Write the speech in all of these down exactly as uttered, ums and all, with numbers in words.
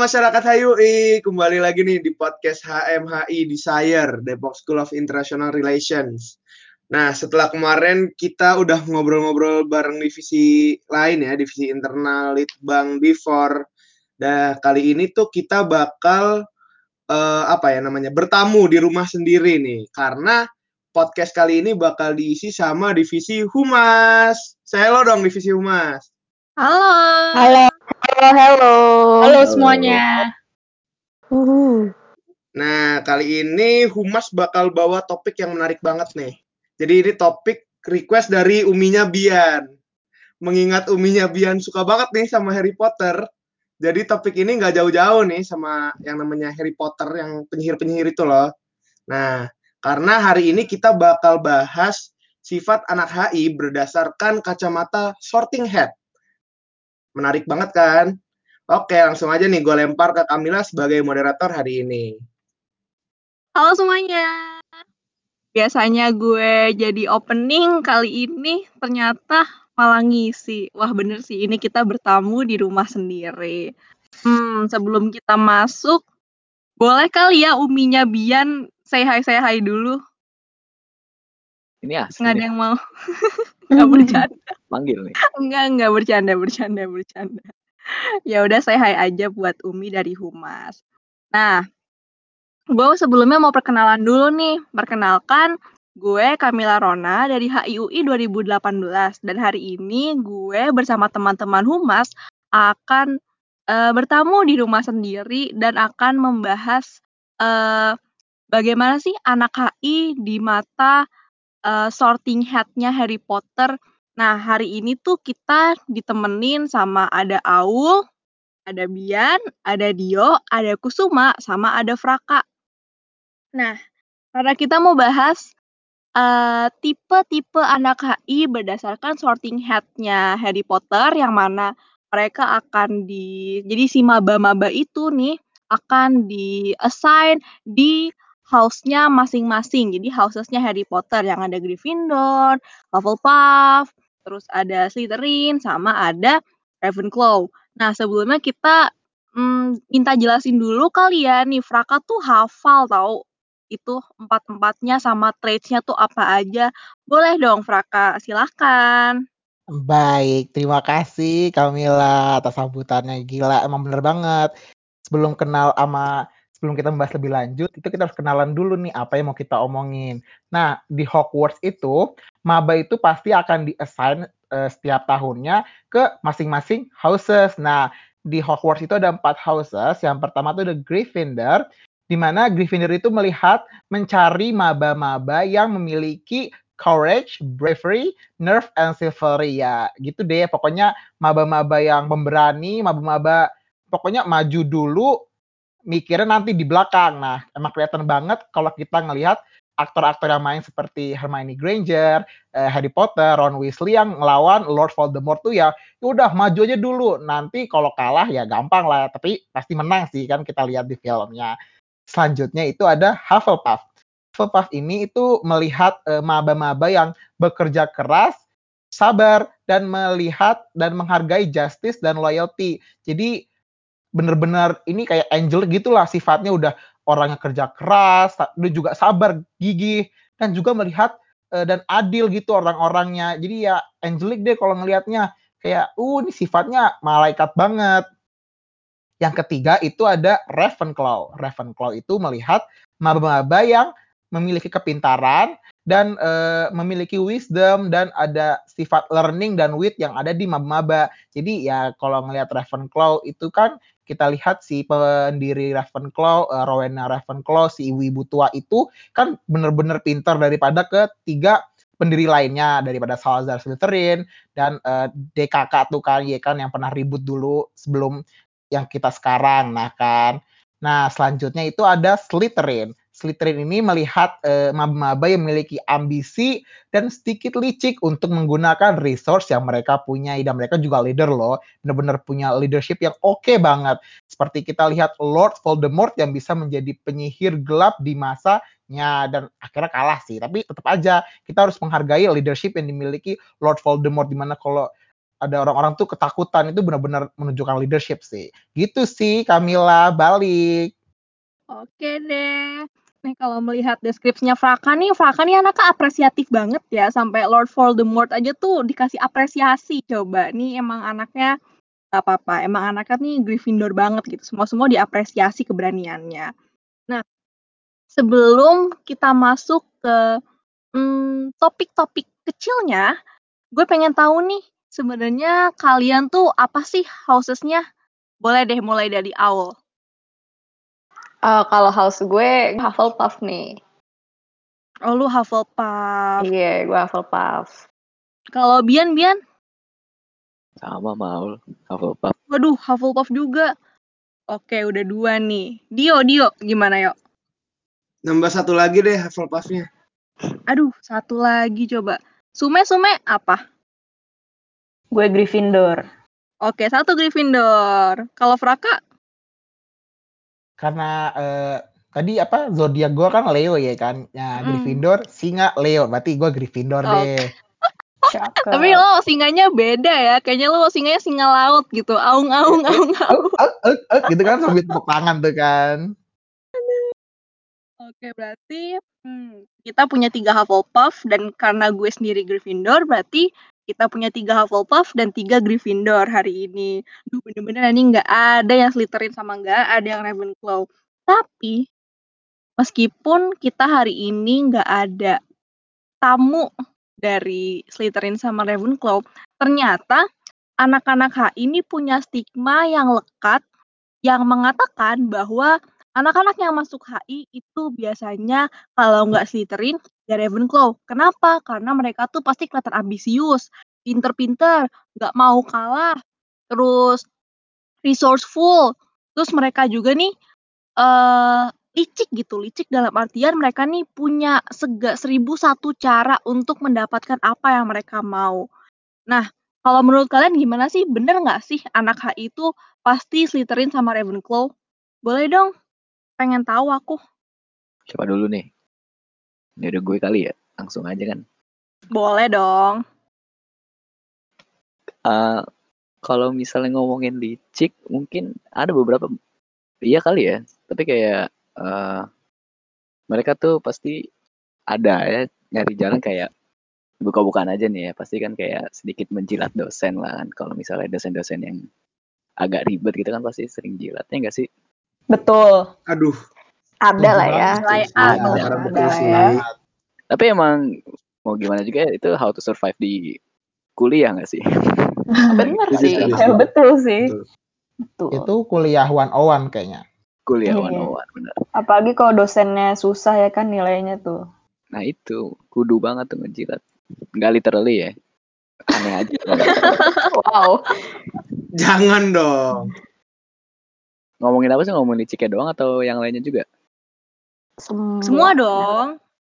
masyarakat H U I, kembali lagi nih di podcast H M H I Desire, Depok School of International Relations. Nah, setelah kemarin kita udah ngobrol-ngobrol bareng divisi lain ya, divisi internal, Litbang, Difor. Nah, kali ini tuh kita bakal uh, apa ya namanya, bertamu di rumah sendiri nih, karena podcast kali ini bakal diisi sama divisi Humas. Saya lo dong divisi Humas. Halo. Halo. Halo, halo. Halo semuanya. Uhuh. Nah, kali ini Humas bakal bawa topik yang menarik banget nih. Jadi ini topik request dari Uminya Bian. Mengingat Uminya Bian suka banget nih sama Harry Potter, jadi topik ini nggak jauh-jauh nih sama yang namanya Harry Potter, yang penyihir-penyihir itu loh. Nah, karena hari ini kita bakal bahas sifat anak H I berdasarkan kacamata sorting hat. Menarik banget kan? Oke, langsung aja nih gue lempar ke Kamila sebagai moderator hari ini. Halo semuanya. Biasanya gue jadi opening, kali ini ternyata malah ngisi. Wah bener sih, ini kita bertamu di rumah sendiri. Hmm, sebelum kita masuk, boleh kali ya Uminya Bian say hi say hi dulu. Ini asli. Nggak ada yang mau. Nggak bercanda. Manggil nih. Enggak, enggak bercanda, bercanda, bercanda. Ya udah say hi aja buat Umi dari Humas. Nah, gue sebelumnya mau perkenalan dulu nih. Perkenalkan, gue Kamila Rona dari H I U I dua ribu delapan belas. Dan hari ini gue bersama teman-teman Humas akan uh, bertamu di rumah sendiri dan akan membahas uh, bagaimana sih anak H I di mata uh, sorting hat-nya Harry Potter. Nah, hari ini tuh kita ditemenin sama ada Aul, ada Bian, ada Dio, ada Kusuma, sama ada Fraka. Nah, karena kita mau bahas uh, tipe-tipe anak H I berdasarkan sorting hat-nya Harry Potter, yang mana mereka akan di... Jadi si maba-maba itu nih akan di-assign di house-nya masing-masing. Jadi houses-nya Harry Potter yang ada Gryffindor, Hufflepuff, terus ada Slytherin, sama ada Ravenclaw. Nah, sebelumnya kita hmm, minta jelasin dulu kali ya nih, Fraka tuh hafal tau itu empat-empatnya sama traits-nya tuh apa aja. Boleh dong Fraka, silakan. Baik, terima kasih Kamila atas sambutannya. Gila, emang bener banget. Sebelum kenal sama sebelum kita membahas lebih lanjut, itu kita harus kenalan dulu nih apa yang mau kita omongin. Nah, di Hogwarts itu, maba itu pasti akan di-assign uh, setiap tahunnya ke masing-masing houses. Nah, di Hogwarts itu ada empat houses. Yang pertama itu ada Gryffindor, di mana Gryffindor itu melihat mencari maba-maba yang memiliki courage, bravery, nerve, and chivalry. Ya, gitu deh. Pokoknya maba-maba yang pemberani, maba-maba pokoknya maju dulu, mikirnya nanti di belakang. Nah, emang kelihatan banget kalau kita ngelihat aktor-aktor yang main seperti Hermione Granger, eh, Harry Potter, Ron Weasley yang ngelawan Lord Voldemort tuh ya, ya udah maju aja dulu. Nanti kalau kalah ya gampang lah, tapi pasti menang sih kan kita lihat di filmnya. Selanjutnya itu ada Hufflepuff. Hufflepuff ini itu melihat uh, maba-maba yang bekerja keras, sabar, dan melihat dan menghargai justice dan loyalty. Jadi benar-benar ini kayak angel gitulah sifatnya, udah orangnya kerja keras, dia juga sabar, gigih, dan juga melihat uh, dan adil gitu orang-orangnya. Jadi ya angelic deh kalau ngelihatnya, kayak uh ini sifatnya malaikat banget. Yang ketiga itu ada Ravenclaw. Ravenclaw itu melihat maba-maba yang memiliki kepintaran dan uh, memiliki wisdom dan ada sifat learning dan wit yang ada di maba-maba. Jadi ya kalau ngelihat Ravenclaw itu kan kita lihat si pendiri Ravenclaw, uh, Rowena Ravenclaw, si ibu-ibu tua itu kan benar-benar pintar daripada ketiga pendiri lainnya, daripada Salazar Slytherin dan uh, D K K tuh kan, ya kan yang pernah ribut dulu sebelum yang kita sekarang. Nah kan, nah selanjutnya itu ada Slytherin. Slytherin ini melihat eh, maba-maba yang memiliki ambisi dan sedikit licik untuk menggunakan resource yang mereka punya. Dan mereka juga leader loh, benar-benar punya leadership yang oke okay banget. Seperti kita lihat Lord Voldemort yang bisa menjadi penyihir gelap di masanya dan akhirnya kalah sih. Tapi tetap aja kita harus menghargai leadership yang dimiliki Lord Voldemort, dimana kalau ada orang-orang tuh ketakutan, itu benar-benar menunjukkan leadership sih. Gitu sih Kamila, balik. Oke deh. Nih kalau melihat deskripsinya Fraka nih, Fraka nih anaknya apresiatif banget ya. Sampai Lord Voldemort aja tuh dikasih apresiasi. Coba, nih emang anaknya gak apa-apa. Emang anaknya nih Gryffindor banget gitu. Semua-semua diapresiasi keberaniannya. Nah, sebelum kita masuk ke hmm, topik-topik kecilnya, gue pengen tahu nih, sebenarnya kalian tuh apa sih houses-nya? Boleh deh mulai dari Owl. Uh, kalau house gue Hufflepuff nih. Oh, lu Hufflepuff. Iya, gue Hufflepuff. Kalau Bian, Bian? Sama Maul, Hufflepuff. Waduh, Hufflepuff juga. Oke, udah dua nih. Dio, Dio, gimana yuk? Nambah satu lagi deh Hufflepuff-nya. Aduh, satu lagi coba. Sume, Sume, apa? Gue Gryffindor. Oke, satu Gryffindor. Kalau Fraka? Karena eh, tadi apa zodiak gue kan Leo ya kan. Nah, Mm. Gryffindor, singa, Leo. Berarti gue Gryffindor Oke. deh. Cakep. Tapi lo singanya beda ya. Kayaknya lo singanya singa laut gitu. Aung, aung, Eh, eh, aung, au, aung. au, au, au, gitu kan sambil tepuk tangan tuh kan. Oke, berarti hmm, kita punya tiga Hufflepuff. Dan karena gue sendiri Gryffindor, berarti kita punya tiga Hufflepuff dan tiga Gryffindor hari ini. Duh, bener-bener ini nggak ada yang Slytherin sama nggak ada yang Ravenclaw. Tapi, meskipun kita hari ini nggak ada tamu dari Slytherin sama Ravenclaw, ternyata anak-anak H I ini punya stigma yang lekat yang mengatakan bahwa anak-anak yang masuk H I itu biasanya kalau nggak Slytherin ya Ravenclaw. Kenapa? Karena mereka tuh pasti kelihatan ambisius, pinter-pinter, nggak mau kalah, terus resourceful. Terus mereka juga nih eh licik gitu, licik dalam artian mereka nih punya sega seribu satu cara untuk mendapatkan apa yang mereka mau. Nah, kalau menurut kalian gimana sih? Bener nggak sih anak H I itu pasti Slytherin sama Ravenclaw? Boleh dong, pengen tahu aku. Siapa dulu nih? Ini udah gue kali ya, langsung aja kan. Boleh dong. Uh, kalau misalnya ngomongin licik, mungkin ada beberapa, iya kali ya. Tapi kayak uh, mereka tuh pasti ada ya nyari jalan kayak buka-bukaan aja nih ya. Pasti kan kayak sedikit menjilat dosen lah kan. Kalau misalnya dosen-dosen yang agak ribet gitu kan pasti sering jilatnya nggak sih? Betul. Aduh. Ada lah ya. Nilai A Iya, dong. Karena Ada betul lah sih. ya. Tapi emang mau gimana juga ya, itu how to survive di kuliah nggak sih? Bener Setuju, sih. setuju, Ya, setuju. betul sih. Betul. Betul. Itu kuliah one oh one kayaknya. Kuliah Iya. one oh one, bener. Apalagi kalau dosennya susah ya kan nilainya tuh. Nah itu, kudu banget tuh ngejilat. Nggak literally ya. Aneh aja. Wow. Jangan dong. Ngomongin apa sih? Ngomongin liciknya doang atau yang lainnya juga? Semua, Semua dong.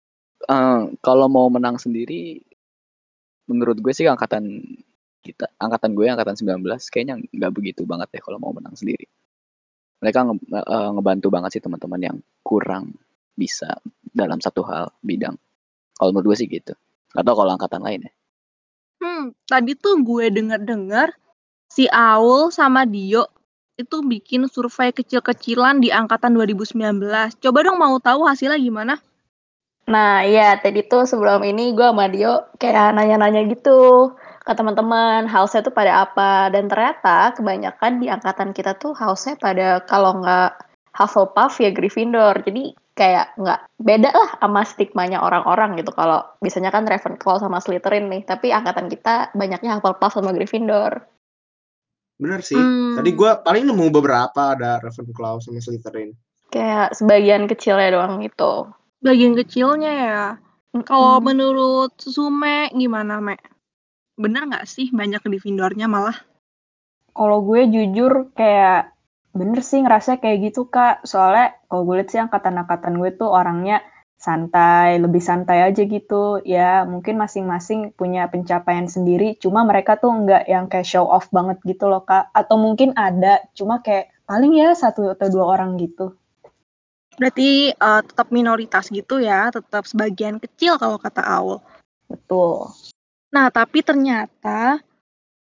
Uh, kalau mau menang sendiri, menurut gue sih angkatan kita, angkatan gue angkatan sembilan belas kayaknya nggak begitu banget ya kalau mau menang sendiri. Mereka nge, uh, ngebantu banget sih teman-teman yang kurang bisa dalam satu hal bidang. Kalau menurut gue sih gitu. Atau kalau angkatan lain ya. Hmm, tadi tuh gue denger-dengar si Aul sama Dio itu bikin survei kecil-kecilan di angkatan dua ribu sembilan belas. Coba dong mau tahu hasilnya gimana? Nah, iya, tadi tuh sebelum ini gue sama Dio kayak nanya-nanya gitu ke teman-teman, house-nya tuh pada apa. Dan ternyata kebanyakan di angkatan kita tuh house-nya pada kalau nggak Hufflepuff ya Gryffindor. Jadi kayak nggak beda lah sama stigmanya orang-orang gitu. Kalau biasanya kan Ravenclaw sama Slytherin nih, tapi angkatan kita banyaknya Hufflepuff sama Gryffindor. Bener sih. Hmm. Tadi gue paling nemu beberapa ada Ravenclaw sama Slytherin. Kayak sebagian kecilnya doang gitu. Bagian kecilnya ya. Mm-mm. Kalau menurut Sume gimana, Me? Bener nggak sih banyak Gryffindornya malah? Kalau gue jujur kayak bener sih ngerasa kayak gitu Kak. Soalnya kalau gue lihat sih angkatan-angkatan gue tuh orangnya santai, lebih santai aja gitu. Ya mungkin masing-masing punya pencapaian sendiri, cuma mereka tuh nggak yang kayak show off banget gitu loh Kak. Atau mungkin ada, cuma kayak paling ya satu atau dua orang gitu. Berarti uh, tetap minoritas gitu ya, tetap sebagian kecil kalau kata Aul. Betul. Nah, tapi ternyata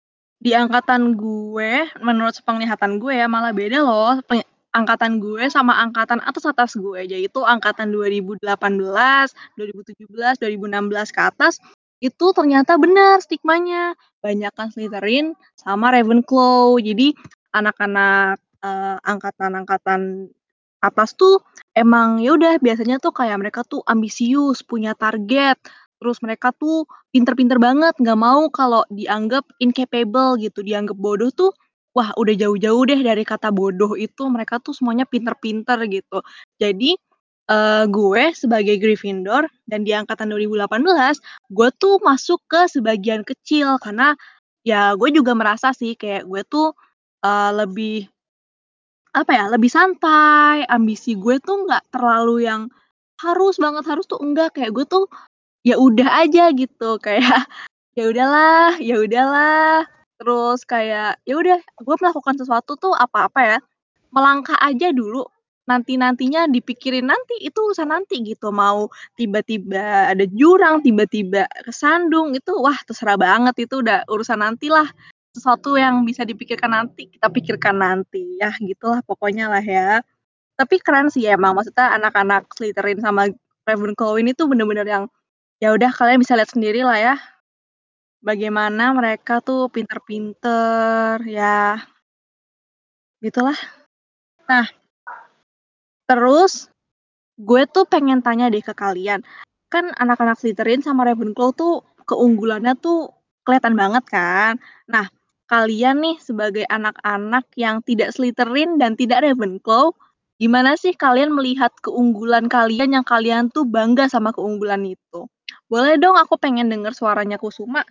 di angkatan gue, menurut penglihatan gue ya, malah beda loh peng- angkatan gue sama angkatan atas-atas gue, yaitu angkatan dua ribu delapan belas, dua ribu tujuh belas, dua ribu enam belas ke atas, itu ternyata benar stigmanya. Banyakan Slytherin sama Ravenclaw. Jadi anak-anak eh, angkatan-angkatan atas tuh emang ya udah biasanya tuh kayak mereka tuh ambisius, punya target, terus mereka tuh pinter-pinter banget, nggak mau kalau dianggap incapable gitu, dianggap bodoh tuh, wah udah jauh-jauh deh dari kata bodoh itu, mereka tuh semuanya pinter-pinter gitu. Jadi eh, gue sebagai Gryffindor dan di angkatan dua ribu delapan belas, gue tuh masuk ke sebagian kecil karena ya gue juga merasa sih kayak gue tuh eh, lebih apa ya, lebih santai, ambisi gue tuh nggak terlalu yang harus banget harus tuh enggak, kayak gue tuh ya udah aja gitu, kayak ya udahlah, ya udahlah. Terus kayak ya udah, gue melakukan sesuatu tuh apa-apa ya, melangkah aja dulu. Nanti-nantinya dipikirin nanti, itu urusan nanti gitu. Mau tiba-tiba ada jurang, tiba-tiba kesandung, itu wah terserah banget, itu udah urusan nanti lah. Sesuatu yang bisa dipikirkan nanti, kita pikirkan nanti. Ya gitulah pokoknya lah ya. Tapi keren sih emang, maksudnya anak-anak Slytherin sama Ravenclaw ini tuh bener-bener yang ya udah kalian bisa lihat sendiri lah ya bagaimana mereka tuh pinter-pinter ya gitulah. Nah, terus gue tuh pengen tanya deh ke kalian. Kan anak-anak Slytherin sama Ravenclaw tuh keunggulannya tuh kelihatan banget kan. Nah, kalian nih sebagai anak-anak yang tidak Slytherin dan tidak Ravenclaw, gimana sih kalian melihat keunggulan kalian yang kalian tuh bangga sama keunggulan itu? Boleh dong, aku pengen denger suaranya Kusuma.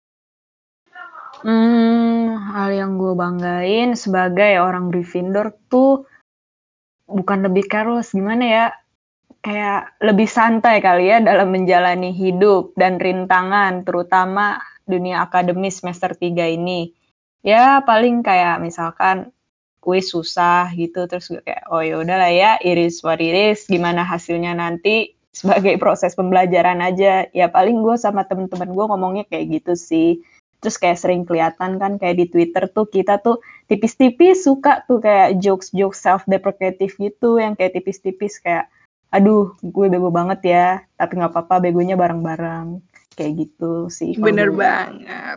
Hmm, hal yang gue banggain sebagai orang Gryffindor tuh bukan lebih careless, gimana ya? Kayak lebih santai kali ya dalam menjalani hidup dan rintangan, terutama dunia akademis semester tiga ini. Ya paling kayak misalkan kuis susah gitu, terus gue kayak oh ya udahlah ya, it is what it is, gimana hasilnya nanti sebagai proses pembelajaran aja. Ya paling gue sama temen-temen gue ngomongnya kayak gitu sih. Terus kayak sering kelihatan kan kayak di Twitter tuh kita tuh tipis-tipis suka tuh kayak jokes-jokes self-deprecative gitu yang kayak tipis-tipis kayak aduh gue bego banget ya, tapi nggak apa-apa begonya bareng-bareng. Kayak gitu sih kalau Bener gue. banget.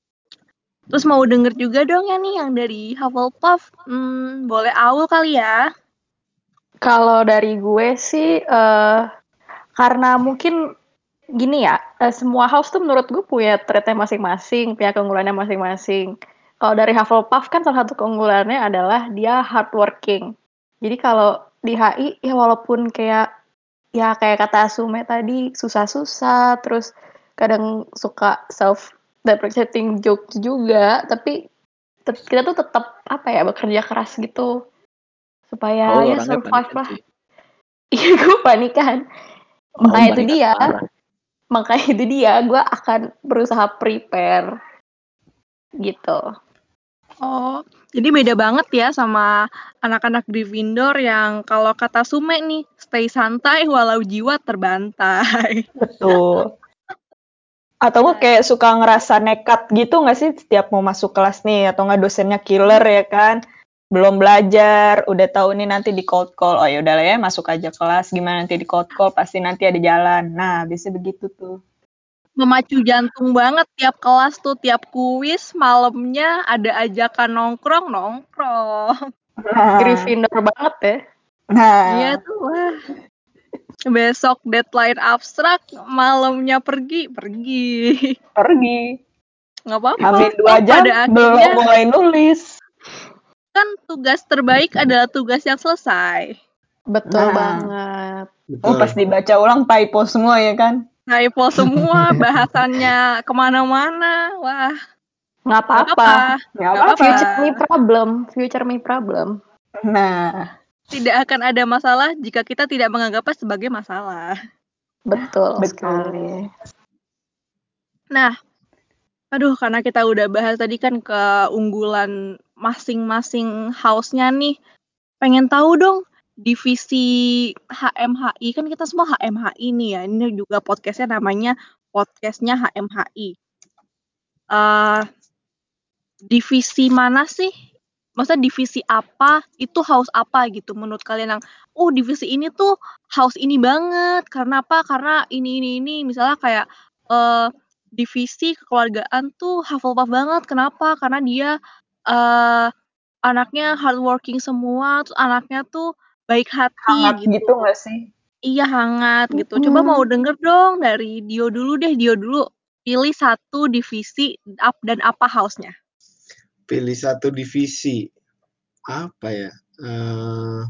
Terus mau denger juga dong ya nih yang dari Hufflepuff. Hmm, boleh Aul kali ya? Kalau dari gue sih, eh karena mungkin gini ya, eh, semua house tuh menurut gue punya trait-nya masing-masing, punya keunggulannya masing-masing. Kalau dari Hufflepuff kan salah satu keunggulannya adalah dia hardworking. Jadi kalau di H I ya walaupun kayak ya kayak kata Sume tadi susah-susah, terus kadang suka self deprecating jokes juga, tapi tet- kita tuh tetap apa ya bekerja keras gitu supaya Awal ya orangnya survive panikan lah. sih. Iya gue panikan. Awal Makanya itu panikan dia, parah. makanya itu dia gue akan berusaha prepare gitu. Oh, jadi beda banget ya sama anak-anak Gryffindor yang kalau kata Sume nih, stay santai walau jiwa terbantai. Betul. Atau gue kayak suka ngerasa nekat gitu nggak sih setiap mau masuk kelas nih, atau nggak dosennya killer ya kan, belum belajar, udah tahu nih nanti di cold call, oh ya udahlah ya masuk aja kelas, gimana nanti di cold call pasti nanti ada jalan. Nah biasanya begitu tuh. Memacu jantung banget tiap kelas tuh, tiap kuis malamnya ada ajakan nongkrong-nongkrong. Nah, Gryffindor banget ya. Iya nah tuh, wah. Besok deadline abstrak, malamnya pergi, pergi. pergi. Nggak apa-apa, Amin dua toh jam pada belum akhirnya mulai nulis. kan tugas terbaik adalah tugas yang selesai. Betul Nah, banget. oh pas Betul. dibaca ulang typo semua ya kan. Typo semua, bahasannya kemana-mana. Wah, Nggak nggak apa-apa. apa-apa, Nggak nggak apa-apa. apa-apa. Future me problem. Future me problem. Nah, Tidak akan ada masalah jika kita tidak menganggapnya sebagai masalah. Betul betul. sekali. Nah, aduh, karena kita udah bahas tadi kan keunggulan masing-masing house-nya nih. Pengen tahu dong, divisi H M H I, kan kita semua H M H I nih ya. Ini juga podcastnya namanya podcastnya H M H I. Uh, divisi mana sih? Maksudnya divisi apa itu house apa gitu menurut kalian yang oh divisi ini tuh house ini banget karena apa? Karena ini ini ini misalnya kayak eh divisi kekeluargaan tuh Hufflepuff banget. Kenapa? Karena dia eh anaknya hardworking semua, terus anaknya tuh baik hati Hangat gitu. gitu nggak sih? Iya hangat gitu. Coba mau denger dong dari Dio dulu deh, Dio dulu. Pilih satu divisi up dan apa house-nya. Pilih satu divisi. Apa ya? Eh,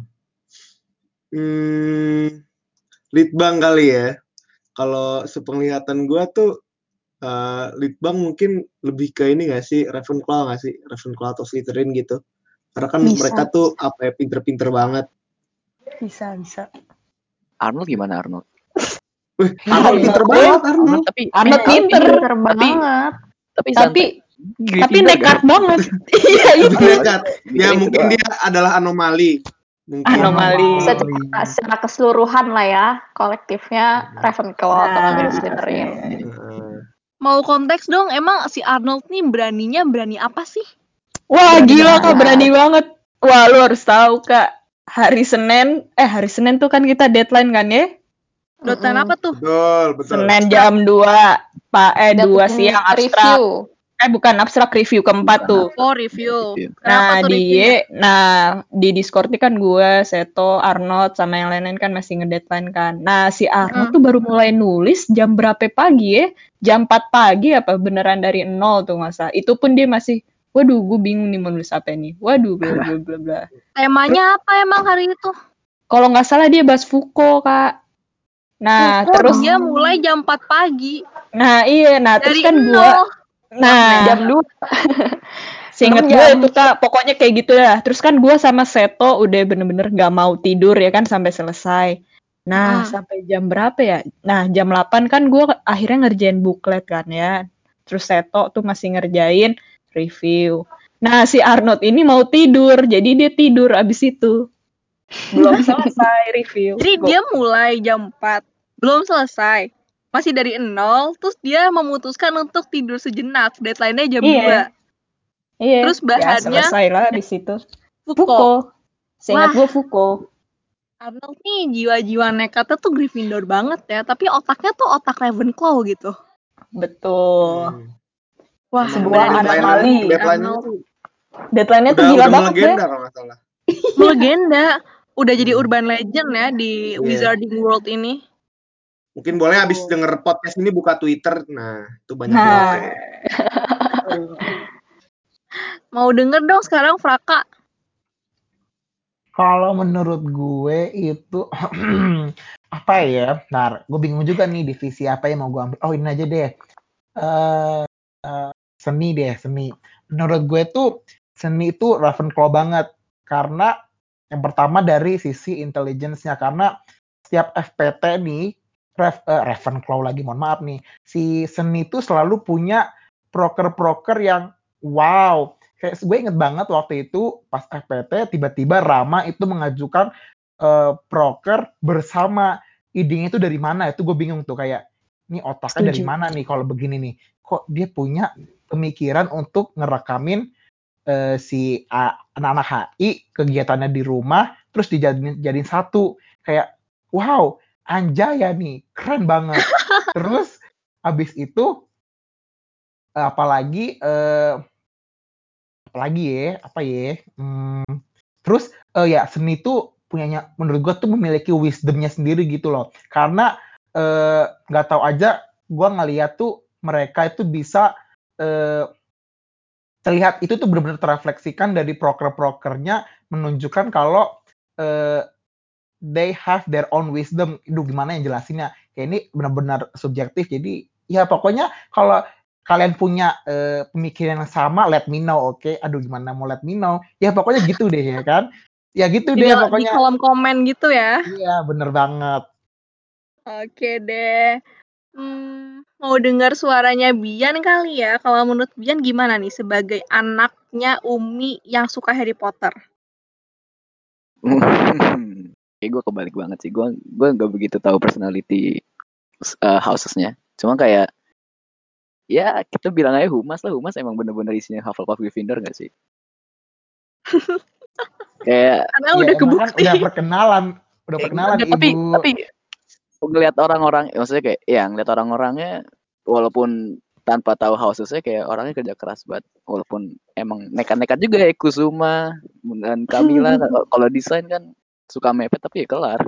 hmm, Litbang kali ya. Kalau sepenglihatan gue tuh eh, Litbang mungkin lebih ke ini gak sih? Ravenclaw gak sih? Ravenclaw atau Slytherin gitu. Karena kan Bisa. mereka tuh apa ya, pinter-pinter banget. Bisa, bisa. Arnold gimana Arnold? Wih, Arnold pinter Arnold, banget, Arnold. Arnold tapi Arnold Arnold pinter. Pinter tapi banget. tapi Tapi santai. tapi Gryffindor nekat kan? banget. Iya Tapi itu. nekat. Ya Bisa itu mungkin doang. dia adalah anomali. Mungkin. Anomali. Bisa cerita secara keseluruhan lah ya, kolektifnya Ravenclaw atau Nah, ngambil iya, Slytherin. iya. Heeh. Mau konteks dong, emang si Arnold nih beraninya berani apa sih? Wah, Berani gila banget. Kak, berani banget. Wah, lu harus tahu Kak. Hari Senin, eh hari Senin tuh kan kita deadline kan ya? Dotan Mm-mm. apa tuh? Betul, betul. Senin jam dua, Pak eh dua Dapetin siang abstrak. review. Eh bukan abstrak, review keempat Bukan tuh. abstrak, Oh review. review. Kenapa Nah, tuh di reviewnya? nah di Discord ini kan gue, Seto, Arnold sama yang lain-lain kan masih ngedeadline kan. Nah, si Arnold Hmm. tuh baru mulai nulis jam berapa pagi ya? Jam empat pagi apa beneran dari nol tuh masa. Itu pun dia masih waduh, gue bingung nih mau nulis apa nih. Waduh, bla bla bla bla. Temanya apa emang hari itu? Kalau nggak salah dia bahas Foucault, Kak. Nah, Oh, terus dia mulai jam empat pagi. nah iya, nah terus Dari kan gue nol. nah Jam dua. seingat enam gue jam. itu Kak, pokoknya kayak gitu ya. Terus kan gue sama Seto udah bener-bener gak mau tidur ya kan sampai selesai. Nah, Mm. sampai jam berapa ya? Nah, jam delapan kan gue akhirnya ngerjain buklet kan ya. Terus Seto tuh masih ngerjain review. Nah, si Arnold ini mau tidur, jadi dia tidur abis itu. Belum selesai review. Jadi Go- dia mulai jam empat. Belum selesai. Masih dari nol. Terus dia memutuskan untuk tidur sejenak. Deadline-nya jam Iya. dua. Iya, Terus ya bahannya selesai lah di situ. Foucault. Foucault. Seingat Wah. gue Foucault. Arnold nih jiwa-jiwa nekatnya tuh Gryffindor banget ya. Tapi otaknya tuh otak Ravenclaw gitu. Betul. Hmm. Wah, Emang Sebuah berani banget anomali. sih Deadline-nya Arnold. tuh Deadline-nya tuh udah gila udah banget ya. melegenda kalau nggak salah. Melegenda. Udah jadi Hmm. urban legend ya di Iya. Wizarding World ini. Mungkin boleh abis denger podcast ini buka Twitter. Nah, itu banyak Nah. banget tuh. Mau denger dong sekarang Fraka. Kalau menurut gue itu apa ya? Nah, gue bingung juga nih divisi apa yang mau gue ambil. Oh, ini aja deh. Eh eh, seni deh, seni. Menurut gue tuh seni itu Ravenclaw banget karena yang pertama dari sisi intelligence-nya karena setiap F P T nih Rev, eh, Ravenclaw lagi, mohon maaf nih. Si seni itu selalu punya proker-proker yang wow. Kayak gue inget banget waktu itu pas F P T tiba-tiba Rama itu mengajukan eh, proker bersama. Idenya itu dari mana? Itu gue bingung tuh kayak ini otaknya dari Setuju. mana nih kalau begini nih? Kok dia punya pemikiran untuk ngerekamin eh, si a- anak-anak H I kegiatannya di rumah terus dijadiin jadiin satu kayak wow anjay ya nih keren banget. Terus abis itu eh, apalagi eh, apalagi ya apa ya hmm, terus eh, ya seni itu punyanya menurut gue tuh memiliki wisdomnya sendiri gitu loh karena eh, nggak tahu aja gue ngeliat tuh mereka itu bisa eh, terlihat itu tuh benar-benar terefleksikan dari proker-prokernya menunjukkan kalau eh, they have their own wisdom. Duh, gimana yang jelasinnya? Kayak ini benar-benar subjektif. Jadi ya pokoknya kalau kalian punya eh, pemikiran yang sama, let me know, oke? Okay? Aduh, gimana mau let me know? Ya pokoknya gitu deh ya kan? Ya gitu Di, deh di pokoknya. kolom komen gitu ya. Iya, bener banget. Oke deh. Hmm, mau dengar suaranya Bian kali ya. Kalau menurut Bian gimana nih sebagai anaknya Umi yang suka Harry Potter? Kayak gue kebalik banget sih. Gue gue nggak begitu tahu personality uh, housesnya. Cuma kayak ya kita bilang aja humas lah, humas emang bener-bener isinya Hufflepuff Gryffindor gak sih? Kayak Karena Iya, udah emang kan kebukti. udah perkenalan, udah perkenalan enggak, tapi Ibu. tapi ngelihat orang-orang, maksudnya kayak ya ngelihat orang-orangnya walaupun tanpa tahu houses-nya kayak orangnya kerja keras banget, walaupun emang nekat-nekat juga ya Kusuma dan Camilla kalau kalau desain kan suka mepet tapi ya kelar.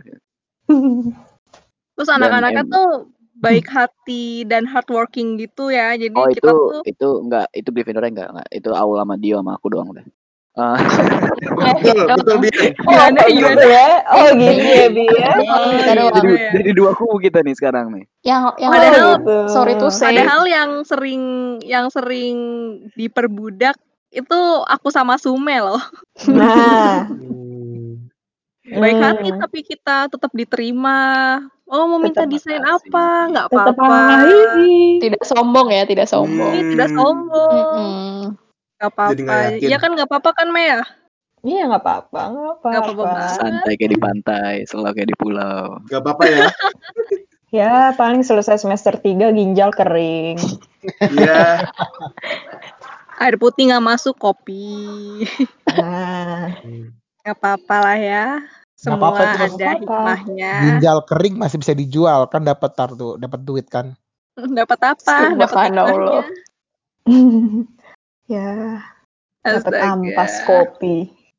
Terus Dan anak-anaknya em- tuh baik hati dan hardworking gitu ya. Jadi oh kita itu tuh itu enggak, itu Gryffindor enggak enggak itu Aul sama Dio sama aku doang udah. Eh, Betul, betul Bian. Oh, gimana gitu gimana? ya? Oh, gitu ya, Bian? Oh kita jadi doang. gitu ya. jadi dua kubu kita nih sekarang nih. Yang yang Oh, Padahal gitu. sorry to say. padahal yang sering yang sering diperbudak itu aku sama Sume loh. Nah, Hmm. Baik hati hmm, tapi kita tetap diterima. Oh mau minta tetap desain Makasih. apa? Nggak tetap apa-apa. hihi. Tidak sombong ya, tidak sombong. Ini tidak Hmm. sombong. Mm-mm. Nggak Jadi apa-apa. nggak yakin. Iya kan nggak apa-apa kan Mea? Iya, nggak apa-apa, nggak Nggak apa-apa apa-apa. banget. Santai kayak di pantai, selalu kayak di pulau. Gak apa-apa ya. Ya, paling selesai semester tiga ginjal kering. Iya. Air putih nggak masuk, kopi. Nah, Hmm. Nggak apa-apa lah ya. Nggak apa-apa Semua itu, nggak ada apa-apa. hikmahnya. ginjal kering masih bisa dijual kan, dapat tar tuh, dapat duit kan. Dapat apa? Dapat Subhanallah. hikmahnya. Ya, dapat ampas Astaga. kopi.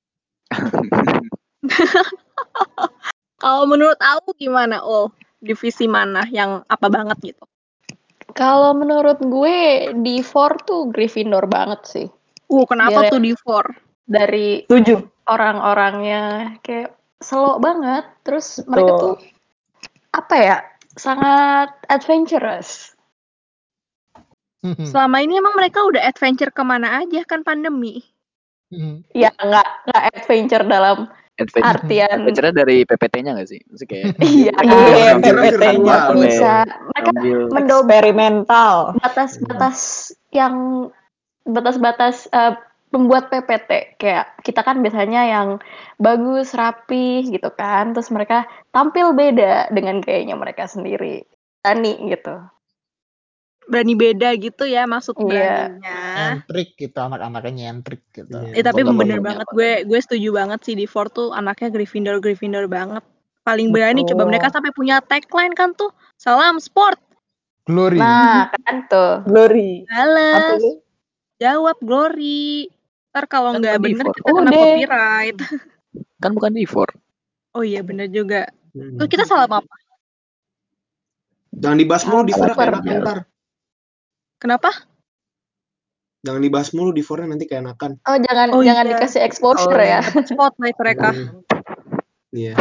Kalau menurut aku gimana? Oh, divisi mana yang apa banget gitu? Kalau menurut gue di four tuh Gryffindor banget sih. Uh, kenapa Dilihat tuh di four? dari Tujuh. orang-orangnya kayak slow banget. Terus mereka Tuh. tuh apa ya? Sangat adventurous. Selama ini emang mereka udah adventure kemana aja kan pandemi? Ya nggak nggak adventure dalam Adventure, artian adventure dari P P T-nya nggak sih? Maksudnya kayak iya Iya, Adventure P P T-nya virtual. tuh. bisa mereka Ngambil mendoba Eksperimental. batas-batas yang batas-batas eh, pembuat P P T kayak kita kan biasanya yang bagus rapi gitu kan, terus mereka tampil beda dengan gayanya mereka sendiri, berani gitu. Berani beda gitu ya maksud Iya. beraninya. Nyentrik gitu, anak-anaknya nyentrik gitu. Iya. Eh tapi Foto bener fotonya banget apa? gue gue setuju banget sih di four tuh anaknya Gryffindor Gryffindor banget. Paling berani coba Betul. mereka sampai punya tagline kan tuh. Salam sport. Glory. Nah kan tuh Glory. Apa Balas. tuh? Jawab Glory. Ntar kalau Kan nggak bukan di bener four. kita kena Udah. copyright. Kan bukan di four. Oh iya bener juga. Hmm. Tuh kita salah apa? Jangan dibahas mulu di Salah Fora baper. keenakan ntar. Kenapa? Jangan dibahas mulu di Fora nanti keenakan. Oh jangan Oh jangan iya. dikasih exposure Oh, ya. Dapat spotlight mereka. Hmm. Iya.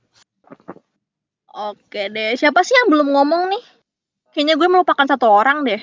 Oke deh. Siapa sih yang belum ngomong nih? Kayaknya gue melupakan satu orang deh.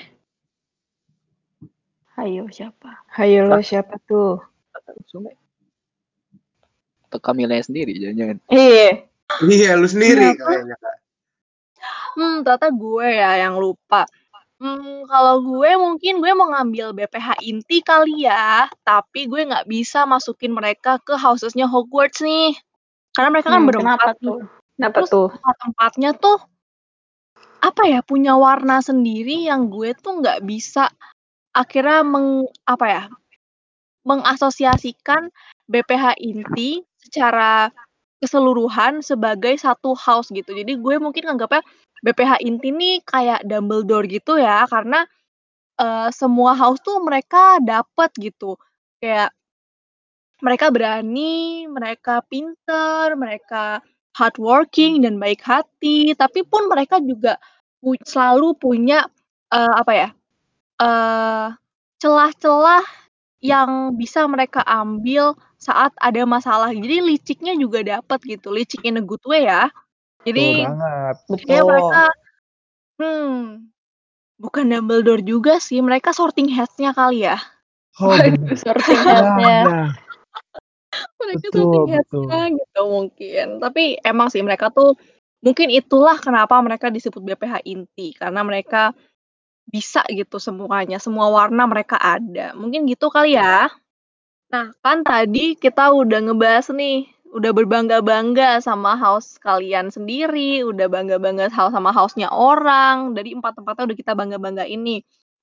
Ayo siapa? Hayo lo siapa tuh? Sume. Atau Camilla sendiri jangan-jangan. Iya. Iya, lu sendiri Siapa? kayaknya, Kak. Hmm, ternyata gue ya yang lupa. Hmm, kalau gue mungkin gue mau ngambil B P H inti kali ya, tapi gue nggak bisa masukin mereka ke housesnya Hogwarts nih. Karena mereka kan Hmm, berempat kenapa nih. tuh? Kenapa Terus tuh? empat-empatnya tuh apa ya punya warna sendiri yang gue tuh nggak bisa akhirnya meng apa ya mengasosiasikan B P H inti secara keseluruhan sebagai satu house gitu. Jadi gue mungkin nganggapnya B P H inti nih kayak Dumbledore gitu ya, karena uh, semua house tuh mereka dapet gitu. Kayak mereka berani, mereka pinter, mereka hardworking dan baik hati. Tapi pun mereka juga pu selalu punya uh, apa ya uh, celah-celah yang bisa mereka ambil saat ada masalah. Jadi liciknya juga dapet gitu, licik in a good way ya. Betul Jadi banget. kayak mereka, Betul. hmm, bukan Dumbledore juga sih, mereka sorting hats-nya kali ya. Oh, Waduh, bener. sorting Ya, hat-nya. ya. Mereka Betul, sorting betul. hats-nya gitu mungkin. Tapi emang sih mereka tuh, mungkin itulah kenapa mereka disebut B P H inti. Karena mereka bisa gitu semuanya, semua warna mereka ada. Mungkin gitu kali ya. Nah, kan tadi kita udah ngebahas nih, udah berbangga-bangga sama house kalian sendiri, udah bangga-bangga sama house-nya orang, dari empat-empatnya udah kita bangga-bangga ini.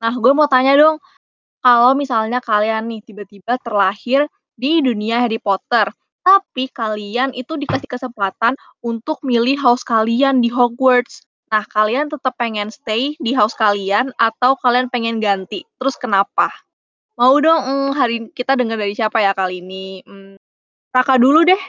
Nah, gue mau tanya dong, kalau misalnya kalian nih tiba-tiba terlahir di dunia Harry Potter, tapi kalian itu dikasih kesempatan untuk milih house kalian di Hogwarts. Nah, kalian tetap pengen stay di house kalian atau kalian pengen ganti? Terus kenapa? Mau dong, mm, hari kita dengar dari siapa ya kali ini? Hmm, Raka dulu deh.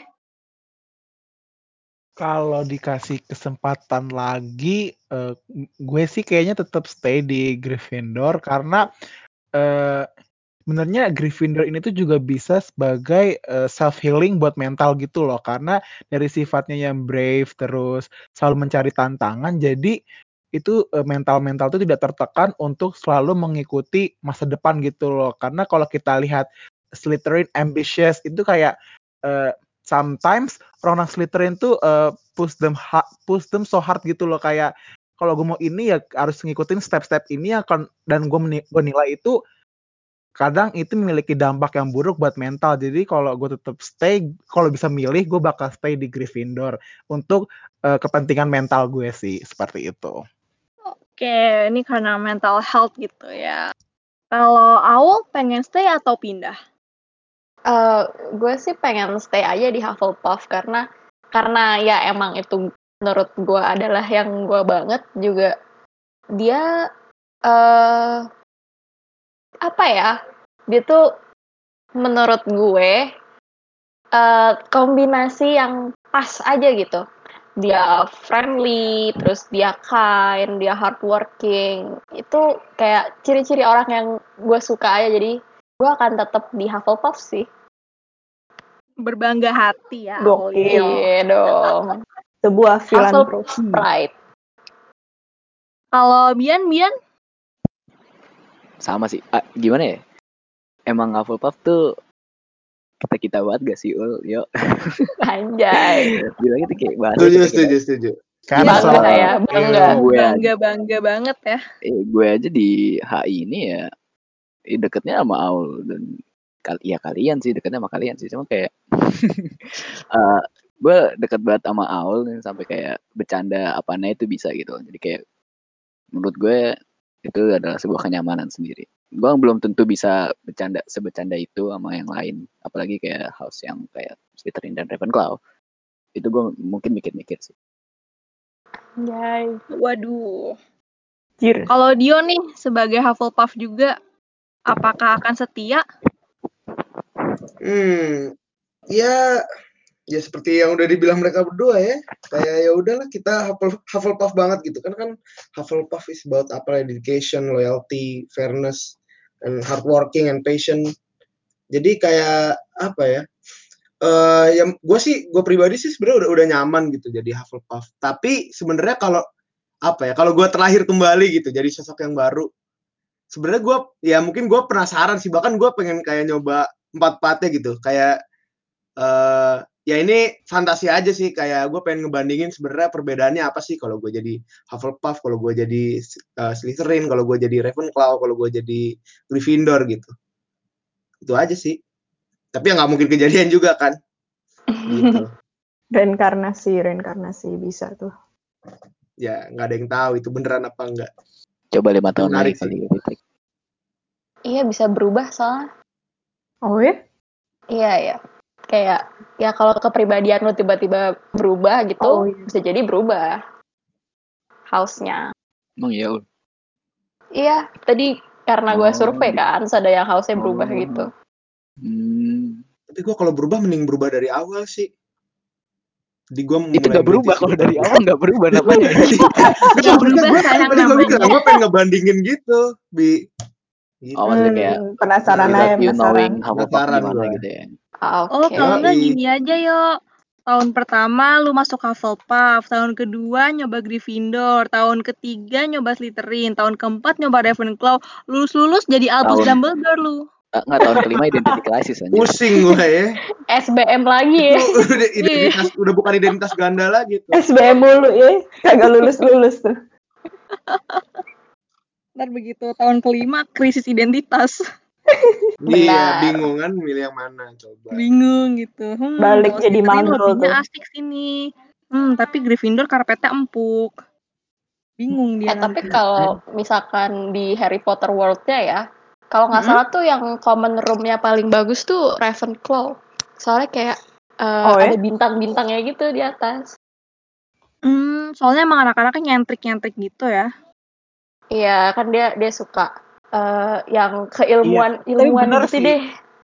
Kalau dikasih kesempatan lagi, eh, gue sih kayaknya tetap stay di Gryffindor karena eh, sebenarnya Gryffindor ini tuh juga bisa sebagai eh, self healing buat mental gitu loh, karena dari sifatnya yang brave terus selalu mencari tantangan, jadi itu eh, mental-mental tuh tidak tertekan untuk selalu mengikuti masa depan gitu loh. Karena kalau kita lihat Slytherin ambitious itu kayak eh, sometimes orang-orang Slytherin tuh uh, push them ha- push them so hard gitu loh, kayak kalau gue mau ini ya harus ngikutin step-step ini ya kan, dan gue meni- gue nilai itu kadang itu memiliki dampak yang buruk buat mental. Jadi kalau gue tetap stay, kalau bisa milih gue bakal stay di Gryffindor untuk uh, kepentingan mental gue sih, seperti itu. Oke, ini karena mental health gitu ya. Kalau Aul pengen stay atau pindah? Eh, gue sih pengen stay aja di Hufflepuff karena karena ya emang itu menurut gue adalah yang gue banget juga. Dia eh apa ya? Dia tuh menurut gue eh kombinasi yang pas aja gitu. Dia friendly, terus dia kind, dia hardworking. Itu kayak ciri-ciri orang yang gue suka aja. Jadi gue akan tetap di Hufflepuff sih. Berbangga hati ya, Aul ini. Gokil. Iya dong. Sebuah Hufflepuff filantropi. pride. Kalau Bian, Bian? Sama sih. Ah, gimana ya? Emang Hufflepuff tuh kita kita banget gak sih Ul? Yuk. Anjay. Bilangnya tuh kayak bahasa Setuju, kita kita. setuju, setuju. Kan Iya, Bangga so- ya, bangga. Yo. Gue aja, Bangga-bangga banget ya. eh, gue aja di H I ini ya eh, deketnya sama Aul dan kal- ya kalian sih deketnya sama kalian sih, cuma kayak eh, gue deket banget sama Aul nih, sampai kayak bercanda apanya itu bisa gitu. Jadi kayak menurut gue itu adalah sebuah kenyamanan sendiri. Gue belum tentu bisa bercanda sebecanda itu sama yang lain, apalagi kayak house yang kayak Slytherin dan Ravenclaw. Itu gue mungkin mikir-mikir sih. Anjay. Waduh. Jir. Kalau Dio nih sebagai Hufflepuff juga, apakah akan setia? Hmm, ya, ya seperti yang udah dibilang mereka berdua ya. Kayak ya udahlah kita Huffle- Hufflepuff banget gitu kan kan Hufflepuff is about apa dedication, loyalty, fairness, and hardworking and patient. Jadi kayak apa ya? Eh yang gue sih gue pribadi sih sebenarnya udah udah nyaman gitu jadi Hufflepuff. Tapi sebenarnya kalau apa ya? Kalau gue terlahir kembali gitu jadi sosok yang baru, sebenarnya gue ya mungkin gue penasaran sih, bahkan gue pengen kayak nyoba empat-empatnya gitu, kayak eh ya ini fantasi aja sih, kayak gue pengen ngebandingin sebenarnya perbedaannya apa sih kalau gue jadi Hufflepuff, kalau gue jadi uh, Slytherin, kalau gue jadi Ravenclaw, kalau gue jadi Gryffindor gitu. Itu aja sih. Tapi ya nggak mungkin kejadian juga kan. Gitu. Reinkarnasi, reinkarnasi bisa tuh. Ya nggak ada yang tahu itu beneran apa enggak. Coba lima tahun Menarik lagi sih. kali ya, Patrick. Iya bisa berubah soalnya. Oh ya? Iya ya. Kayak ya kalau kepribadian lu tiba-tiba berubah gitu, Oh, iya. bisa jadi berubah house-nya. Emang ya Ul? Iya, tadi karena gue Oh, survei di- kan, terus ada yang house-nya berubah oh. gitu. Hmm. Tapi gue kalau berubah mending berubah dari awal sih. Jadi gue Itu mulai nggak berubah merintis kalau hidup dari baru. awal nggak berubah namanya. Nggak berubah gue sayang tadi gue bilang namanya. gue pengen ngebandingin gitu, bi. Gitu. Oh maksudnya kayak Hmm, penasaran Nah, aja, without you knowing penasaran. Hufflepuff penasaran gimana gue. gitu ya. Ah, Oh, Oke. kalau nggak Yoi. gini aja yuk. Tahun pertama lu masuk Hufflepuff, tahun kedua nyoba Gryffindor, tahun ketiga nyoba Slytherin, tahun keempat nyoba Ravenclaw, lulus-lulus jadi Albus Tahun Dumbledore lu. ah, nggak tahun kelima identity crisis anjir. Pusing gue ya. S B M lagi Itu ya. udah identitas udah bukan identitas ganda lagi tuh. S B M mulu ya, kagak lulus-lulus tuh. Ntar begitu tahun kelima krisis identitas. Iya, Benar. bingung kan milih yang mana coba. Bingung gitu. Hmm, Balik kalau jadi Slytherin magel lebihnya tuh. asik sini. Hmm, tapi Gryffindor karpetnya empuk. Bingung dia Eh tapi nanti. kalau misalkan di Harry Potter World-nya ya, kalau nggak Mm-mm. salah tuh yang common room-nya paling bagus tuh Ravenclaw. Soalnya kayak eh, Oh ada ya? bintang-bintangnya gitu di atas. Hmm, soalnya emang anak-anaknya nyentrik-nyentrik gitu ya. Iya, kan dia dia suka eh, yang Iya, keilmuan tapi ilmuwan bener gitu sih. deh.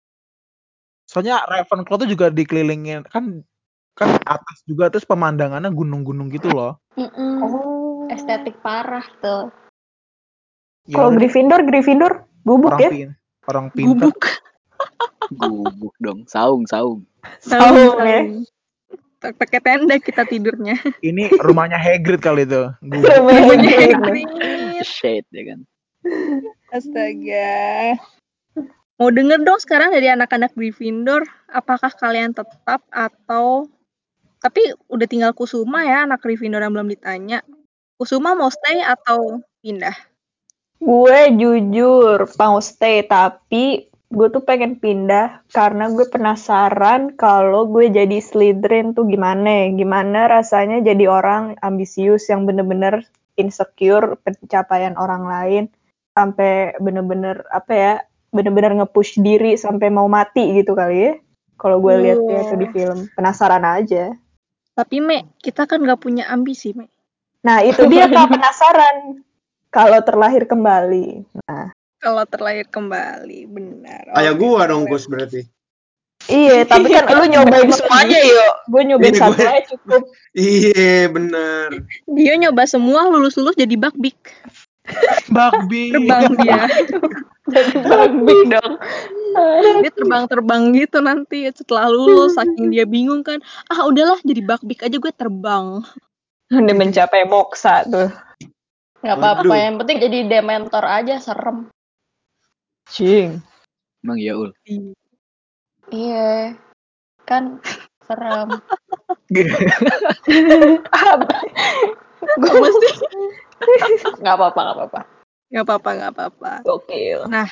Soalnya Ravenclaw tuh juga dikelilingin kan kan atas juga terus pemandangannya gunung-gunung gitu loh. Mm-mm. Oh. Estetik parah tuh. Ya Kalau udah deh, Gryffindor, Gryffindor gubuk orang ya? pin orang pinter. Gubuk. Gubuk dong, saung, saung. Saung, Saung ya. saung. Pakai tenda kita tidurnya. Ini rumahnya Hagrid kali itu. Gubuk. Rumahnya Rumahnya Hagrid. Hagrid. Shade ya kan. Astaga. Mau denger dong sekarang dari anak-anak Gryffindor, apakah kalian tetap atau tapi udah tinggal Kusuma ya, anak Gryffindor yang belum ditanya. Kusuma mau stay atau pindah? Gue jujur mau stay, tapi gue tuh pengen pindah karena gue penasaran kalau gue jadi Slytherin tuh gimana. Gimana rasanya jadi orang ambisius yang bener-bener insecure pencapaian orang lain sampai bener-bener apa ya, bener-bener nge-push diri sampai mau mati gitu kali ya. Kalau gue lihat ya tuh di Wow. film, penasaran aja. Tapi Me, kita kan gak punya ambisi, Me. Nah itu dia Kak, penasaran kalau terlahir kembali. Nah, Kalau terlahir kembali, benar. Kayak Oke, gua dong, boleh. Gus, berarti. iya, tapi kan lu nyobain semuanya yuk. Gue nyobain Iya, satu gue- aja cukup. Iya, bener. Dia nyoba semua, lulus-lulus jadi bakbik. Bakbi. Terbang dia. Jadi big dong. Dia terbang-terbang gitu nanti setelah lulus, saking dia bingung kan. Ah, udahlah jadi bakbik aja, gue terbang. Udah mencapai moksa tuh. Nggak apa-apa, Waduh. yang penting jadi dementor aja serem. Cing. Emang ya ul. Iya, kan serem. Gue mesti. Nggak apa-apa, nggak apa-apa. Gak apa-apa, gak apa-apa. Gokil. Nah,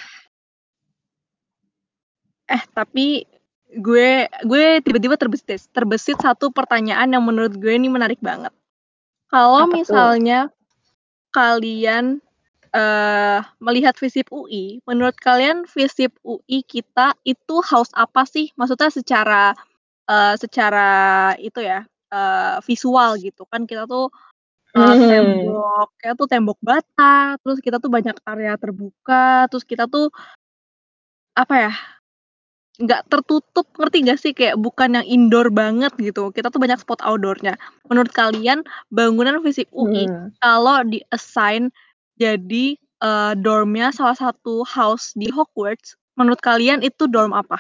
eh tapi gue gue tiba-tiba terbesit terbesit satu pertanyaan yang menurut gue ini menarik banget. Kalau Apa tuh? misalnya kalian eh melihat FISIP U I, menurut kalian FISIP U I kita itu house apa sih? Maksudnya secara eh, secara itu ya eh, visual gitu kan kita tuh eh, Hmm. tembok kayak tuh tembok bata, terus kita tuh banyak area terbuka, terus kita tuh apa ya? Nggak tertutup, ngerti nggak sih? Kayak bukan yang indoor banget gitu. Kita tuh banyak spot outdoornya. Menurut kalian bangunan FISIP U I Hmm. kalau di-assign jadi eh, dormnya salah satu house di Hogwarts, menurut kalian itu dorm apa?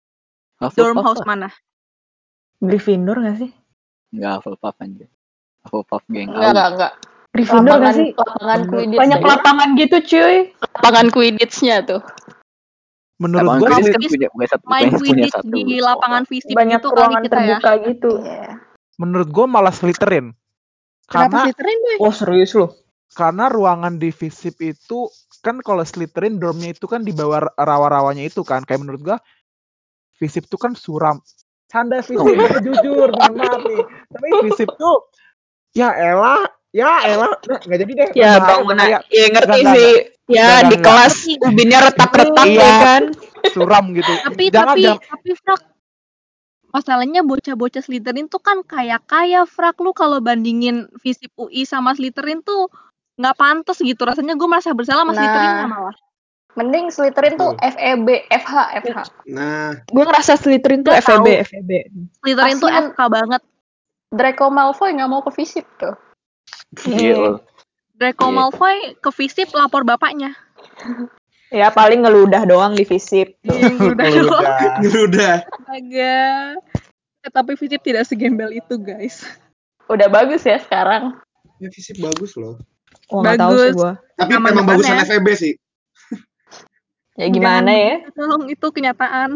Dorm Hufflepuff house lah. mana? Gryffindor gak sih? Enggak Hufflepuff anjir. Hufflepuff geng Enggak, au. enggak, enggak. Gryffindor Lapangan, gak sih? lapangan Menurut- Quidditch. Banyak deh. lapangan gitu cuy. Lapangan Quidditch-nya tuh. Menurut Lapangan gue Quidditch sih, kan punya, punya satu, Main punya, punya Quidditch satu. di lapangan FISIP Banyak gitu kali ruangan kita ya. terbuka gitu. Iya. menurut gue malah Slytherin. Kenapa Karena Slytherin, Boy? Oh serius loh? karena ruangan di FISIP itu kan kalau Slytherin dormnya itu kan di bawah rawa-rawanya itu kan. Kayak menurut gua FISIP itu kan suram. Canda FISIP gue jujur, mohon maaf nih. Tapi FISIP tuh ya elah, ya elah, nah, nggak jadi deh. Ya bahaya, bangunan, bahaya. ya ngerti Nggak, nggak, sih. Ya Nggak, nggak, di nggak. kelas Tapi- ubinnya retak-retak Iya. ya kan. Suram gitu. Tapi jangan, tapi jangan. tapi Frak, masalahnya bocah-bocah Slytherin tuh kan kaya-kaya, Frak. Lu kalau bandingin FISIP U I sama Slytherin tuh nggak pantas gitu. Rasanya gue merasa bersalah sama Nah. Slytherinnya malah. Mending Slytherin tuh Betul. F E B, F H, F H. Nah, Gue ngerasa Slytherin tuh Nggak F E B, tahu. F E B. Slytherin tuh Kasian. F K banget. Draco Malfoy nggak mau ke FISIP tuh. Iya ul. Draco Iya. Malfoy ke FISIP lapor bapaknya. Ya paling ngeludah doang di FISIP. Iya, udah Kalau doang. udah. udah. Astaga. Eh, tapi FISIP tidak segembel itu, guys. Udah bagus ya sekarang. Ya, FISIP bagus loh. Wah nggak tahu sih Bagus. gue. Tapi Aman memang bagusan depannya. F E B sih. Ya gimana Jangan ya? begitu, tolong, itu kenyataan.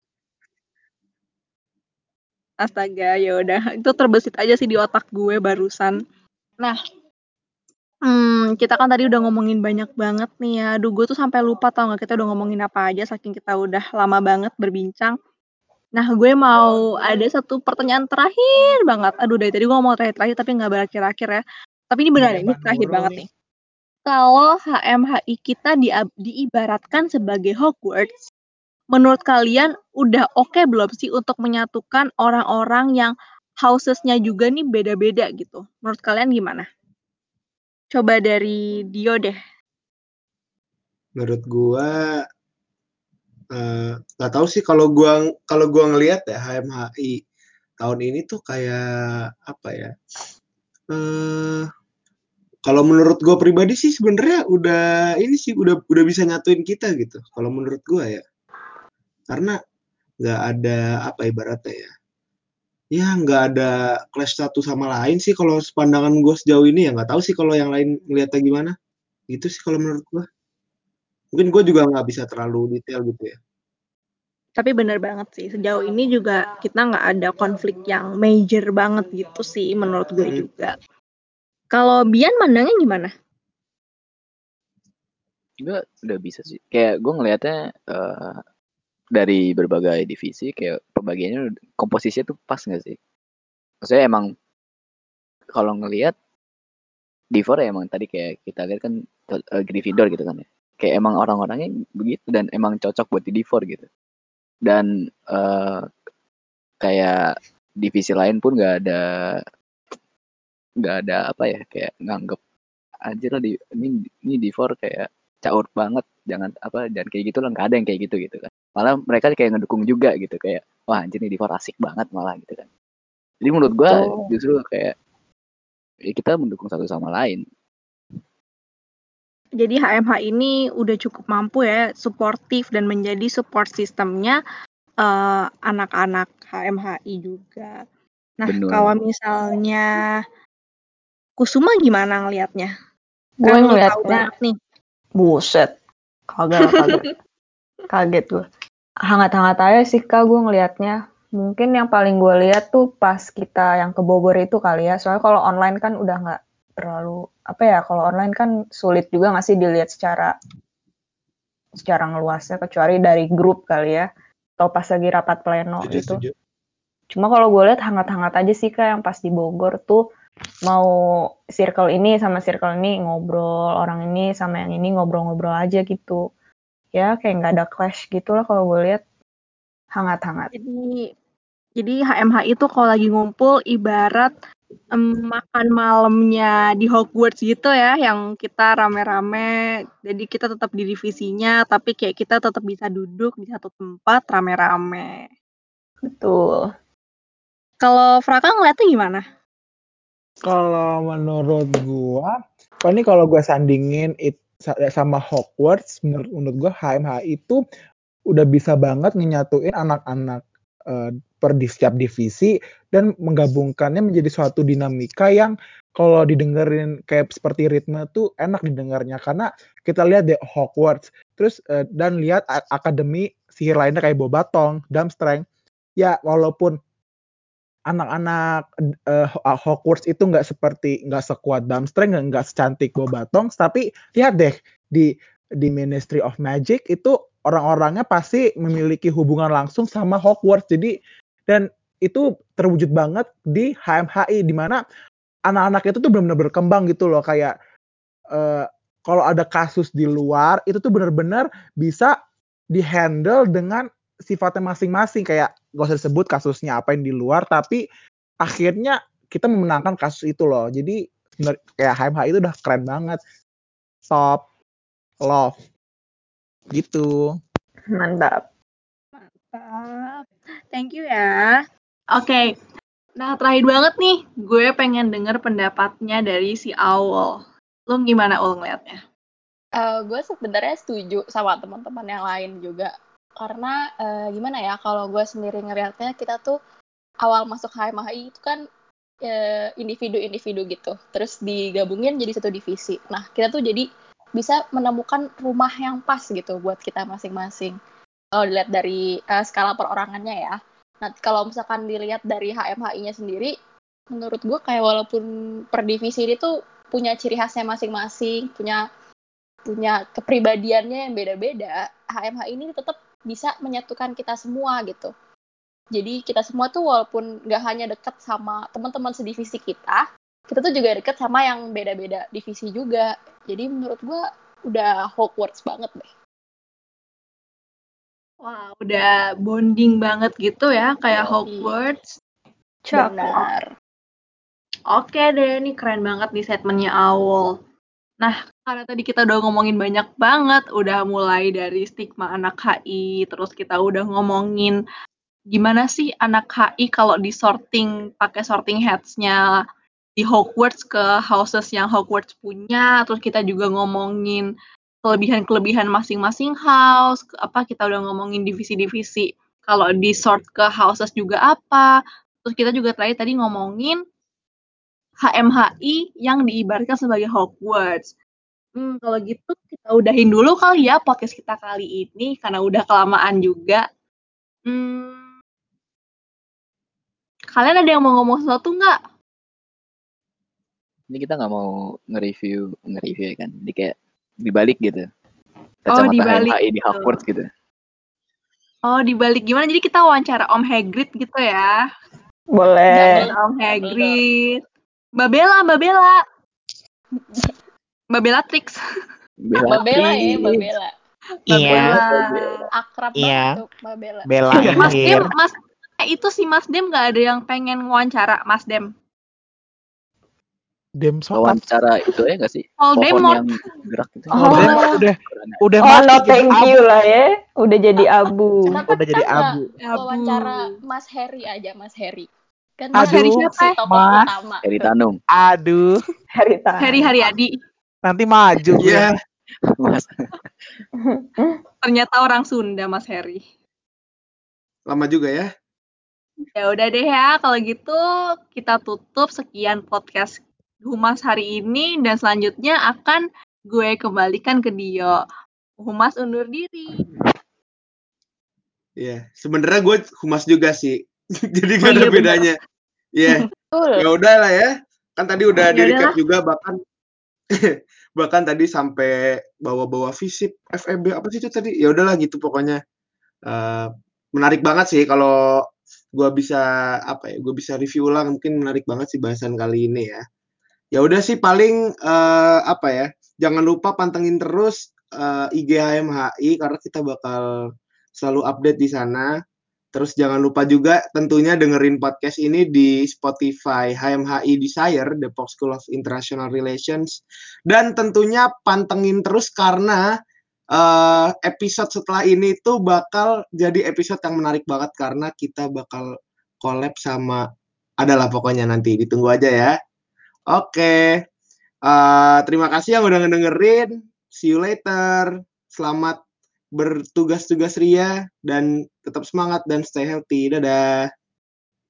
Astaga, ya udah. Itu terbesit aja sih di otak gue barusan. Nah, hmm, kita kan tadi udah ngomongin banyak banget nih ya. Aduh, gue tuh sampai lupa tau nggak kita udah ngomongin apa aja saking kita udah lama banget berbincang. Nah, gue mau ada satu pertanyaan terakhir banget. Aduh, dari tadi gue ngomong terakhir-terakhir tapi nggak berakhir-akhir ya. Tapi ini benar, ini Nambah terakhir nurul banget nih. nih. Kalau H M H I kita di- diibaratkan sebagai Hogwarts, menurut kalian udah oke belum sih untuk menyatukan orang-orang yang houses-nya juga nih beda-beda gitu? Menurut kalian gimana? Coba dari Dio deh. Menurut gua eh, nggak tahu sih kalau gua kalau gua ngelihat ya H M H I tahun ini tuh kayak apa ya? Eh kalau menurut gua pribadi sih sebenarnya udah ini sih udah udah bisa nyatuin kita gitu. Kalau menurut gua ya. Karena nggak ada apa ibaratnya ya. Ya nggak ada clash satu sama lain sih kalau pandangan gue sejauh ini ya nggak tahu sih kalau yang lain ngeliatnya gimana. Gitu sih kalau menurut gua. Mungkin gue juga nggak bisa terlalu detail gitu ya. Tapi benar banget sih, sejauh ini juga kita nggak ada konflik yang major banget gitu sih menurut gue Hmm. juga. Kalau Bian mandangnya gimana? Gue udah bisa sih. Kayak gue ngelihatnya eh, dari berbagai divisi kayak pembagiannya udah- komposisinya tuh pas nggak sih? Maksudnya emang kalau ngelihat Divor ya emang tadi kayak kita lihat kan eh, Gryffindor gitu kan ya. Kayak emang orang-orangnya begitu dan emang cocok buat di Divor gitu. Dan eh, kayak divisi lain pun nggak ada nggak ada apa ya kayak nganggep anjir lah di ini ini Divor kayak caur banget jangan apa dan kayak gitu lah nggak ada yang kayak gitu gitu kan malah mereka kayak ngedukung juga gitu kayak wah anjir nih Divor asik banget malah gitu kan jadi menurut gua Betul. justru kayak ya kita mendukung satu sama lain. Jadi H M H ini udah cukup mampu ya, suportif dan menjadi support sistemnya eh, anak-anak H M H I juga. Nah, kalau Benar. misalnya Kusuma gimana ngelihatnya? Gue Kan lu tahu ngelihatnya, banget nih. buset, kagak lah kagak. Kaget gue. Hangat-hangat aja sih kak gue ngelihatnya. Mungkin yang paling gue lihat tuh pas kita yang ke Bogor itu kali ya. Soalnya kalau online kan udah nggak terlalu apa ya. Kalau online kan sulit juga nggak sih dilihat secara secara ngeluasnya kecuali dari grup kali ya. Atau pas lagi rapat pleno Setuju, gitu. setuju. Cuma kalau gue lihat hangat-hangat aja sih kak yang pas di Bogor tuh mau circle ini sama circle ini ngobrol, orang ini sama yang ini ngobrol-ngobrol aja gitu. Ya kayak nggak ada clash gitu lah kalau gue lihat hangat-hangat. Jadi jadi H M H itu kalau lagi ngumpul ibarat em, makan malamnya di Hogwarts gitu ya, yang kita rame-rame. Jadi kita tetap di divisinya, tapi kayak kita tetap bisa duduk di satu tempat rame-rame. Betul. Kalau Fraka ngeliatnya gimana? Kalau menurut gua, oh ini kalau gua sandingin it, sama Hogwarts, menurut, menurut gua H M H itu udah bisa banget ngenyatuin anak-anak uh, per di setiap divisi dan menggabungkannya menjadi suatu dinamika yang kalau didengerin kayak seperti ritme tuh enak didengarnya karena kita lihat deh Hogwarts terus uh, dan lihat akademi sihir lainnya kayak Bobatong, Durmstrang ya walaupun anak-anak uh, Hogwarts itu nggak seperti nggak sekuat Durmstrang nggak secantik Bobatong tapi lihat deh di di Ministry of Magic itu orang-orangnya pasti memiliki hubungan langsung sama Hogwarts jadi dan itu terwujud banget di H M H I di mana anak-anak itu tuh benar-benar berkembang gitu loh kayak uh, kalau ada kasus di luar itu tuh benar-benar bisa dihandle dengan sifatnya masing-masing kayak gak usah disebut kasusnya apa yang di luar tapi akhirnya kita memenangkan kasus itu loh jadi bener, kayak H M H itu udah keren banget top love gitu. Mantap. Mantap. Thank you ya. Oke. Okay. Nah, terakhir banget nih, gue pengen denger pendapatnya dari si Aul. Lu gimana Ul ngeliatnya? Uh, gue sebenarnya setuju sama teman-teman yang lain juga. Karena uh, gimana ya, kalau gue sendiri ngeliatnya kita tuh awal masuk H M H I itu kan uh, individu-individu gitu. Terus digabungin jadi satu divisi. Nah, kita tuh jadi bisa menemukan rumah yang pas gitu buat kita masing-masing. Kalau dilihat dari uh, skala perorangannya ya. Nah, kalau misalkan dilihat dari H M H I-nya sendiri, menurut gue kayak walaupun per divisi ini tuh punya ciri khasnya masing-masing, punya punya kepribadiannya yang beda-beda, H M H I ini tetap bisa menyatukan kita semua gitu. Jadi kita semua tuh walaupun nggak hanya dekat sama teman-teman sedivisi kita, kita tuh juga deket sama yang beda-beda divisi juga. Jadi menurut gue udah Hogwarts banget deh. Wah, udah bonding banget gitu ya, kayak Hogwarts. Cakep. Benar. Oke deh, ini keren banget nih statementnya Aul. Nah, karena tadi kita udah ngomongin banyak banget, udah mulai dari stigma anak H I, terus kita udah ngomongin gimana sih anak H I kalau di sorting, pakai sorting hats-nya di Hogwarts ke houses yang Hogwarts punya, terus kita juga ngomongin kelebihan-kelebihan masing-masing house, apa kita udah ngomongin divisi-divisi, kalau di sort ke houses juga apa, terus kita juga tadi tadi ngomongin H M H I yang diibaratkan sebagai Hogwarts. Hmm, kalau gitu kita udahin dulu kali ya podcast kita kali ini karena udah kelamaan juga. Hmm, kalian ada yang mau ngomong sesuatu nggak? Ini kita nggak mau nge-review, nge-review ya kan. Jadi kayak dibalik gitu. Oh, Kacamata dibalik H M H I di gitu. Hogwarts gitu. Oh, dibalik gimana? Jadi kita wawancara Om Hagrid gitu ya. Boleh. Double, Om double door. Hagrid. Mbak Bella, Mbak Bella. Mbak Bellatrix. Mbak Bella ya, Mbak Bellatrix. Bella. Mbak Iya. Bella. Akrab Iya. banget tuh Mbak Bella. Bella Mas in Dem, here. Mas eh, itu si Mas Dem nggak ada yang pengen wawancara Mas Dem? Dem sopan. Wawancara itu ya nggak sih? Pohon Voldemort. yang gerak gitu. Oh, Dem mah udah udah Oh, mati no jadi thank abu. you lah ya. Udah jadi abu. Kenapa Udah kita jadi nggak abu. wawancara Abu. Mas Harry aja, Mas Harry? Kan Mas dia Harry Aduh, siapa? si tokoh Mas. utama. Heri Tanung. Aduh, Hari Tan. Harry Haryadi. nanti maju gue. Iya. Mas. Ternyata orang Sunda Mas Harry. Lama juga ya. Ya udah deh ya, kalau gitu kita tutup sekian podcast Humas hari ini dan selanjutnya akan gue kembalikan ke Dio. Humas undur diri. Iya, sebenarnya gue humas juga sih. Jadi Oh gak ada iya, bener. bedanya. Iya. Betul. Ya udah lah ya. Kan tadi udah Ya di recap udahlah. juga bahkan bahkan tadi sampai bawa-bawa visip F E B apa sih itu tadi? Ya udahlah gitu pokoknya. Uh, menarik banget sih kalau gue bisa apa ya? Gue bisa review ulang, mungkin menarik banget sih bahasan kali ini ya. Ya udah sih paling uh, apa ya? Jangan lupa pantengin terus uh, I G H M H I karena kita bakal selalu update di sana. Terus jangan lupa juga tentunya dengerin podcast ini di Spotify H M H I Desire, Depok School of International Relations. Dan tentunya pantengin terus karena uh, episode setelah ini tuh bakal jadi episode yang menarik banget karena kita bakal collab sama adalah pokoknya nanti ditunggu aja ya. Oke. Uh, terima kasih yang udah ngedengerin. See you later. Selamat bertugas-tugas ria dan tetap semangat dan stay healthy. Dadah.